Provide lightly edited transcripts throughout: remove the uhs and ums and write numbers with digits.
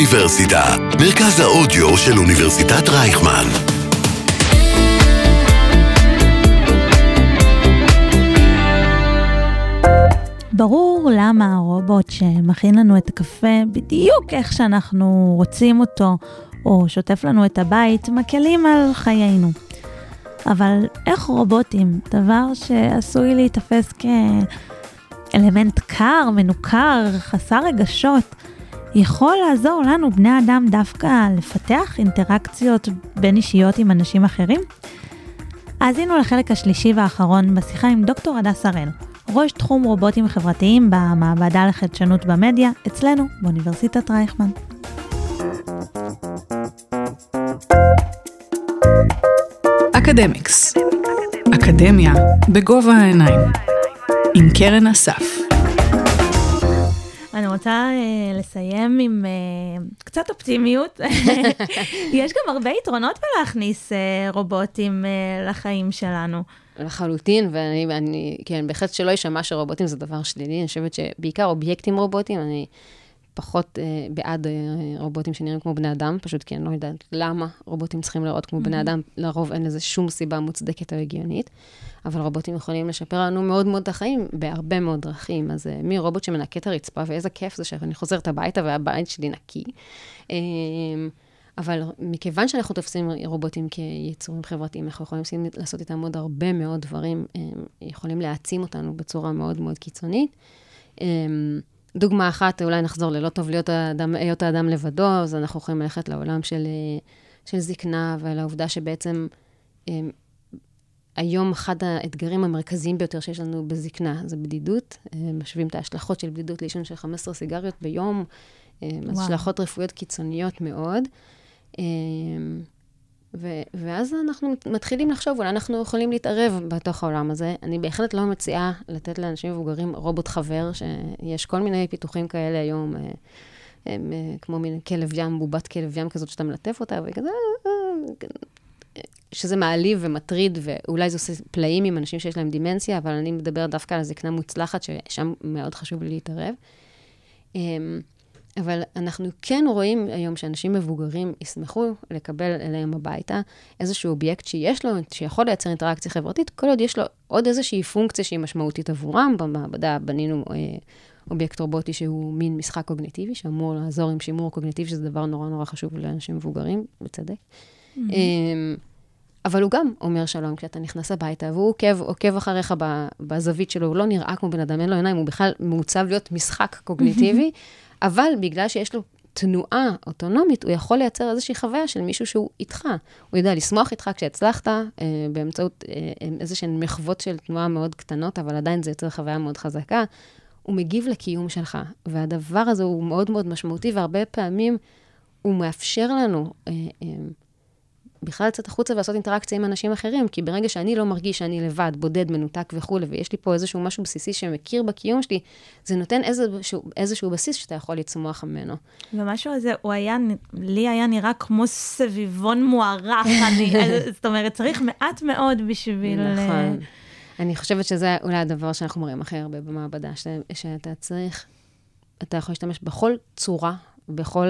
האוניברסיטה, מרכז האודיו של אוניברסיטת רייכמן. ברור למה הרובוט שמכין לנו את הקפה בדיוק איך שאנחנו רוצים אותו, או שוטף לנו את הבית, מקלים על חיינו. אבל איך רובוטים, דבר שעשוי להתאפס כאלמנט קר, מנוכר, חסר רגשות, יכול לעזור לנו, בני אדם, דווקא לפתח אינטראקציות בין אישיות עם אנשים אחרים? האזינו לחלק השלישי והאחרון בשיחה עם דוקטור הדס הראל, ראש תחום רובוטים חברתיים במעבדה לחדשנות במדיה, אצלנו באוניברסיטת רייכמן. אקדמיקס, אקדמיה בגובה העיניים, עם קרן אסף. אני רוצה לסיים עם קצת אופטימיות. יש גם הרבה יתרונות בלהכניס רובוטים לחיים שלנו. לחלוטין, ואני, כן, בהחלט שלא יישמע שרובוטים זה דבר שלילי. אני חושבת שבעיקר אובייקטים רובוטים, אני פחות בעד רובוטים שנראים כמו בני אדם, פשוט כי אני לא יודעת למה רובוטים צריכים לראות כמו בני אדם, לרוב אין לזה שום סיבה מוצדקת או הגיונית, אבל רובוטים יכולים לשפר לנו מאוד מאוד את החיים, בהרבה מאוד דרכים. אז מי רובוט שמנקה את הרצפה, ואיזה כיף זה שאני חוזרת הביתה והבית שלי נקי. אבל מכיוון שאנחנו תופסים רובוטים כיצורים חברתיים, אנחנו יכולים לעשות איתם עוד הרבה מאוד דברים, יכולים להעצים אותנו בצורה מאוד מאוד קיצונית. דוגמה אחת, אולי נחזור ללא טוב להיות האדם לבדו, אז אנחנו יכולים ללכת לעולם של זקנה, ולעובדה שבעצם היום אחד האתגרים המרכזיים ביותר שיש לנו בזקנה, זה בדידות. משווים את ההשלכות של בדידות לעישון של 15 סיגריות ביום, השלכות רפואיות קיצוניות מאוד. ואז אנחנו מתחילים לחשוב, אולי אנחנו יכולים להתערב בתוך העולם הזה. אני בהחלט לא מציעה לתת לאנשים מבוגרים רובוט חבר, שיש כל מיני פיתוחים כאלה היום, כמו מין כלב ים, בובת כלב ים כזאת שאתה מלטף אותה, וכזה, שזה מעליב ומטריד, ואולי זה עושה פלאים עם אנשים שיש להם דימנציה, אבל אני מדבר דווקא על זקנה מוצלחת, ששם מאוד חשוב לי להתערב. אבל אנחנו כן רואים היום שאנשים מבוגרים ישמחו לקבל אליהם הביתה איזשהו אובייקט שיש לו, שיכול לייצר אינטראקציה חברתית, כל עוד יש לו עוד איזושהי פונקציה שהיא משמעותית עבורם. במעבדה בנינו אובייקט רובוטי שהוא מין משחק קוגניטיבי, שאמור לעזור עם שימור קוגניטיבי, שזה דבר נורא נורא חשוב לאנשים מבוגרים, בצדק. אבל הוא גם אומר שלום כשאתה נכנס הביתה, והוא עוקב אחריך בזווית שלו, הוא לא נראה כמו בן אדם, אין לו עיניים, הוא בכלל מעוצב להיות משחק קוגניטיבי, אבל בגלל שיש לו תנועה אוטונומית, הוא יכול לייצר איזושהי חוויה של מישהו שהוא איתך. הוא יודע לשמוח איתך כשהצלחת, באמצעות איזושהי מחוות של תנועה מאוד קטנות, אבל עדיין זה יוצר חוויה מאוד חזקה. הוא מגיב לקיום שלך, והדבר הזה הוא מאוד מאוד משמעותי, והרבה פעמים הוא מאפשר לנו בכלל לצאת החוצה ועשות אינטראקציה עם אנשים אחרים, כי ברגע שאני לא מרגיש שאני לבד, בודד, מנותק וכו', ויש לי פה איזשהו משהו בסיסי שמכיר בקיום שלי, זה נותן איזשהו בסיס שאתה יכול לצמוח ממנו. ומשהו הזה, לי היה נראה כמו סביבון מוערך, זאת אומרת, צריך מעט מאוד בשביל... נכון. אני חושבת שזה אולי הדבר שאנחנו מראים הכי הרבה במעבדה, שאתה צריך, אתה יכול להשתמש בכל צורה, בכל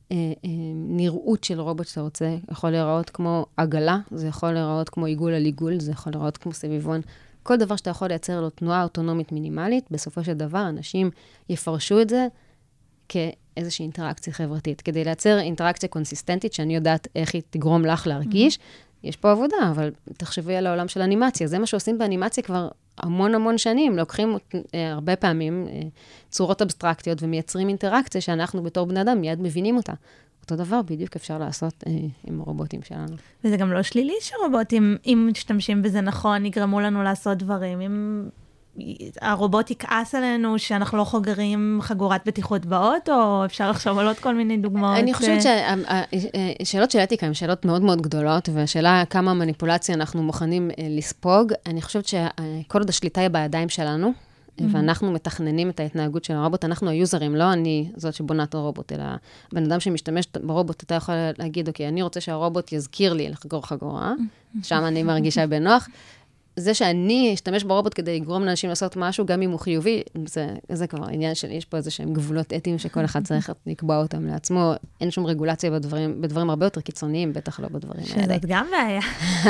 נראות של רובוט שאתה רוצה, יכול להיראות כמו עגלה, זה יכול להיראות כמו עיגול על עיגול, זה יכול להיראות כמו סביבון. כל דבר שאתה יכול לייצר לו תנועה אוטונומית מינימלית, בסופו של דבר אנשים יפרשו את זה כאיזושהי אינטראקציה חברתית. כדי לייצר אינטראקציה קונסיסטנטית, שאני יודעת איך היא תגרום לך להרגיש, יש פה עבודה, אבל תחשבי על העולם של אנימציה. זה מה שעושים באנימציה כבר המון המון שנים. לוקחים הרבה פעמים צורות אבסטרקטיות ומייצרים אינטראקציה שאנחנו בתור בני אדם מיד מבינים אותה. אותו דבר בדיוק אפשר לעשות עם הרובוטים שלנו. וזה גם לא שלילי שרובוטים, אם משתמשים בזה נכון, יגרמו לנו לעשות דברים. אם הרובוט יכעס עלינו שאנחנו לא חוגרים חגורת בטיחות באוטו, אפשר לחשוב על עוד כל מיני דוגמאות. אני חושבת ששאלות של אתיקה הן שאלות מאוד מאוד גדולות, והשאלה כמה מניפולציה אנחנו מוכנים לספוג, אני חושבת שכל עוד השליטה היא בידיים שלנו, ואנחנו מתכננים את ההתנהגות של הרובוט, אנחנו היוזרים, לא אני זאת שבונה את הרובוט, אלא בן אדם שמשתמש ברובוט, אתה יכול להגיד, אוקיי, אני רוצה שהרובוט יזכיר לי לחגור חגורה, שם אני מרגישה בנוח, זה שאני אשתמש ברובוט כדי לגרום לאנשים לעשות משהו, גם אם הוא חיובי, זה כבר עניין שלי, יש פה איזה שהם גבולות אתיים שכל אחד צריך לקבוע אותם לעצמו, אין שום רגולציה בדברים הרבה יותר קיצוניים, בטח לא בדברים האלה. שזאת גם בעיה.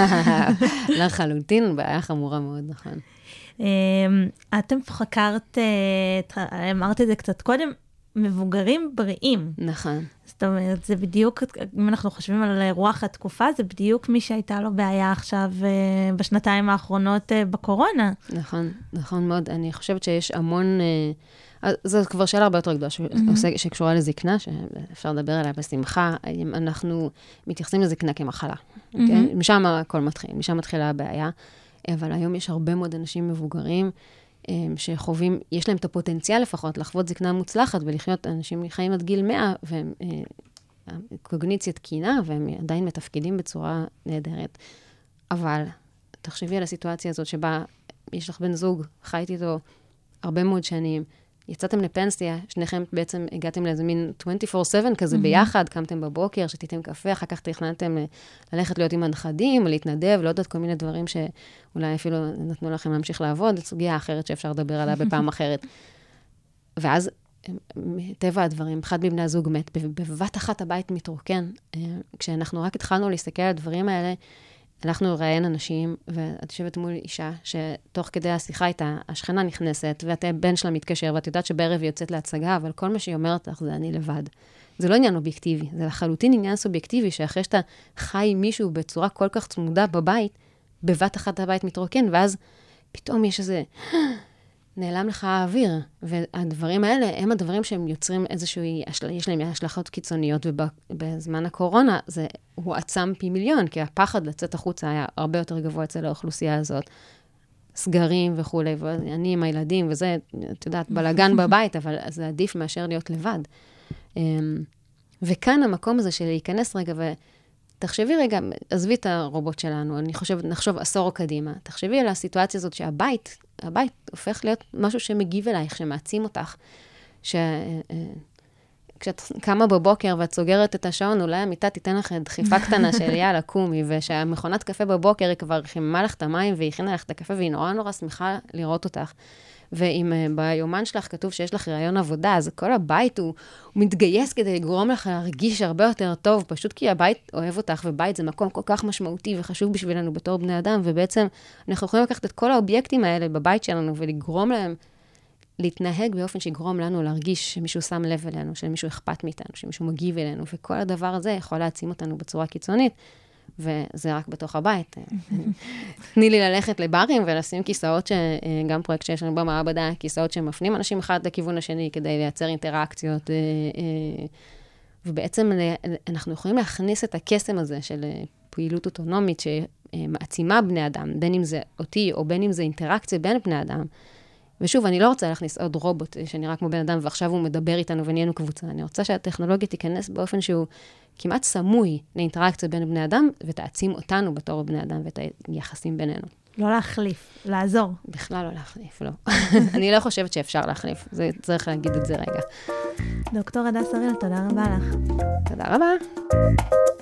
לחלוטין, בעיה חמורה מאוד, נכון. אתם חקרת, אמרת את זה קצת קודם, מבוגרים בריאים. נכון. זאת אומרת, זה בדיוק, אם אנחנו חושבים על רוח התקופה, זה בדיוק מי שהייתה לו בעיה עכשיו בשנתיים האחרונות בקורונה. נכון, נכון מאוד. אני חושבת שיש המון, זו כבר שאלה הרבה יותר גדולה, שקשורה לזקנה, שאפשר לדבר עליה בשמחה. אנחנו מתייחסים לזקנה כמחלה. משם הכל מתחיל, משם מתחילה הבעיה. אבל היום יש הרבה מאוד אנשים מבוגרים, שחווים, יש להם את הפוטנציאל לפחות, לחוות זקנה מוצלחת, ולחיות אנשים חיים עד גיל 100, והם קוגניציה תקינה, והם עדיין מתפקידים בצורה נהדרת. אבל תחשבי על הסיטואציה הזאת, שבה יש לך בן זוג, חיית איתו הרבה מאוד שנים, יצאתם לפנסיה, שניכם בעצם הגעתם לאיזה מין 24/7 כזה ביחד, קמתם בבוקר, שתיתם קפה, אחר כך תכננתם ללכת להיות עם הנכדים, להתנדב, לא יודעת כל מיני דברים שאולי אפילו נתנו לכם להמשיך לעבוד, זאת סוגיה אחרת שאפשר לדבר עליה בפעם אחרת. ואז, טבע הדברים, אחד מבני הזוג מת, בבת אחת הבית מתרוקן. כשאנחנו רק התחלנו להסתכל על הדברים האלה, הלכנו לראיין אנשים, ואת יושבת מול אישה, שתוך כדי השיחה איתה, השכנה נכנסת, והבן שלה מתקשר, ואת יודעת שבערב היא יוצאת להצגה, אבל כל מה שהיא אומרת לך זה אני לבד. זה לא עניין אובייקטיבי, זה לחלוטין עניין סובייקטיבי, שאחרי שאתה חי עם מישהו בצורה כל כך צמודה בבית, בבת אחת הבית מתרוקן, ואז פתאום יש איזה, נעלם לך האוויר, והדברים האלה הם הדברים שהם יוצרים יש להם השלכות קיצוניות, ובזמן הקורונה זה הוא עצם פי מיליון, כי הפחד לצאת החוצה היה הרבה יותר גבוה אצל האוכלוסייה הזאת, סגרים וכו', ואני עם הילדים, וזה, את יודעת, בלגן בבית, אבל זה עדיף מאשר להיות לבד. וכאן המקום הזה של להיכנס רגע, ותחשבי רגע, עזבי את הרובוט שלנו, נחשוב עשור קדימה, תחשבי על הסיטואציה הזאת שהבית הופך להיות משהו שמגיב אלייך, שמעצים אותך, כשאת קמה בבוקר ואת סוגרת את השעון, אולי המיטה תיתן לך דחיפה קטנה של יאללה, קומי, ושהמכונת קפה בבוקר היא כבר חיממה לך את המים, והיא הכינה לך את הקפה, והיא נורא נורא שמחה לראות אותך. ואם ביומן שלך כתוב שיש לך רעיון עבודה, אז כל הבית הוא מתגייס כדי לגרום לך להרגיש הרבה יותר טוב, פשוט כי הבית אוהב אותך, ובית זה מקום כל כך משמעותי וחשוב בשבילנו בתור בני אדם, ובעצם אנחנו יכולים לקחת את כל האובייקטים האלה בבית שלנו, ולגרום להם להתנהג באופן שיגרום לנו להרגיש שמישהו שם לב אלינו, שמישהו אכפת מאיתנו, שמישהו מגיב אלינו, וכל הדבר הזה יכול להעצים אותנו בצורה קיצונית, וזה רק בתוך הבית. תני לי ללכת לברים ולשים כיסאות, שגם פרויקט שיש לנו במעבדה, כיסאות שמפנים אנשים אחד לכיוון השני, כדי לייצר אינטראקציות, ובעצם אנחנו יכולים להכניס את הקסם הזה של פעילות אוטונומית, שמעצימה בני אדם, בין אם זה אותי, או בין אם זה אינטראקציה בין בני אדם. ושוב, אני לא רוצה להכניס עוד רובוט שנראה כמו בן אדם, ועכשיו הוא מדבר איתנו ונהיינו קבוצה. אני רוצה שהטכנולוגיה תיכנס באופן שהוא כמעט סמוי לאינטראקציה בין בני אדם, ותעצים אותנו בתור בני אדם ואת היחסים בינינו. לא להחליף, לעזור. בכלל לא להחליף, לא. אני לא חושבת שאפשר להחליף. צריך להגיד את זה רגע. דוקטור הדס הראל, תודה רבה לך. תודה רבה.